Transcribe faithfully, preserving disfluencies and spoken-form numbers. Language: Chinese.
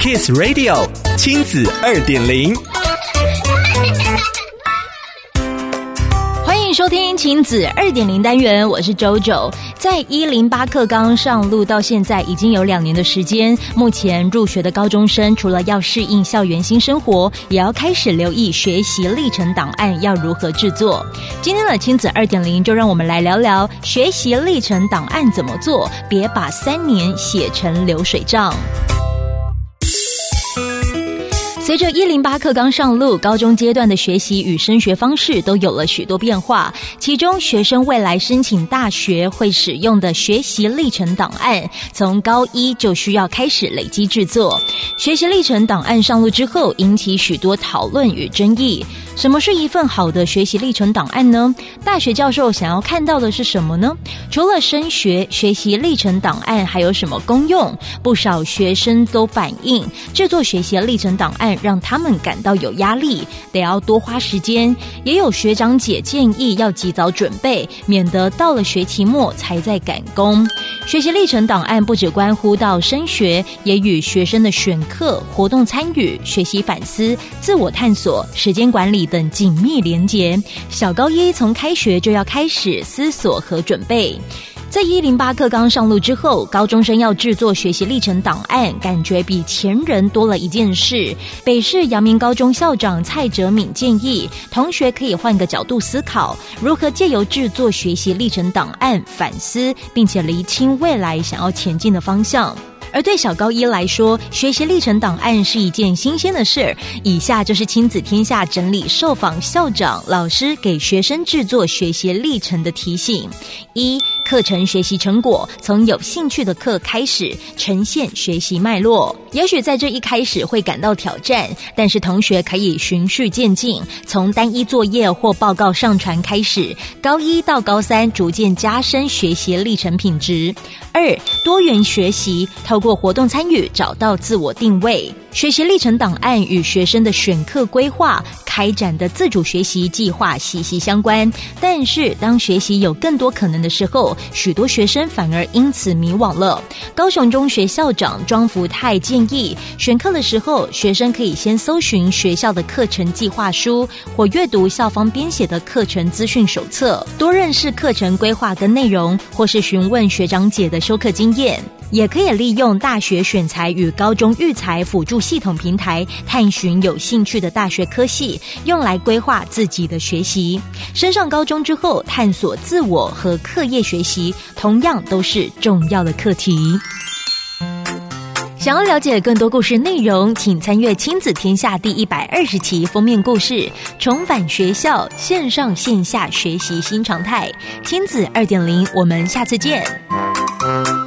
Kiss Radio 亲子二点零。 欢迎收听亲子二点零单元，我是周周。在一零八课纲上路到现在已经有两年的时间，目前入学的高中生除了要适应校园新生活，也要开始留意学习历程档案要如何制作。今天的亲子二点零就让我们来聊聊学习历程档案怎么做，别把三年写成流水账。随着一零八课纲上路，高中阶段的学习与升学方式都有了许多变化，其中学生未来申请大学会使用的学习历程档案，从高一就需要开始累积制作。学习历程档案上路之后，引起许多讨论与争议。什么是一份好的学习历程档案呢？大学教授想要看到的是什么呢？除了升学，学习历程档案还有什么功用？不少学生都反映，制作学习历程档案让他们感到有压力，得要多花时间。也有学长姐建议要及早准备，免得到了学期末才在赶工。学习历程档案不只关乎到升学，也与学生的选课、活动参与、学习反思、自我探索、时间管理等紧密连结。小高一从开学就要开始思索和准备。在一零八课纲上路之后，高中生要制作学习历程档案，感觉比前人多了一件事。北市阳明高中校长蔡哲敏建议，同学可以换个角度思考，如何借由制作学习历程档案反思，并且厘清未来想要前进的方向。而对小高一来说，学习历程档案是一件新鲜的事。以下就是亲子天下整理受访校长、老师给学生制作学习历程的提醒。一、课程学习成果，从有兴趣的课开始，呈现学习脉络。也许在这一开始会感到挑战，但是同学可以循序渐进，从单一作业或报告上传开始，高一到高三逐渐加深学习历程品质。二、多元学习，透过活动参与找到自我定位。学习历程档案与学生的选课规划、开展的自主学习计划息息相关，但是当学习有更多可能的时候，许多学生反而因此迷惘了。高雄中学校长庄福泰建议，选课的时候，学生可以先搜寻学校的课程计划书，或阅读校方编写的课程资讯手册，多认识课程规划跟内容，或是询问学长姐的修课经验。也可以利用大学选才与高中育才辅助系统平台，探寻有兴趣的大学科系，用来规划自己的学习。升上高中之后，探索自我和课业学习，同样都是重要的课题。想要了解更多故事内容，请参阅《亲子天下》第一百二十期封面故事，重返学校，线上线下学习新常态。亲子二点零，我们下次见。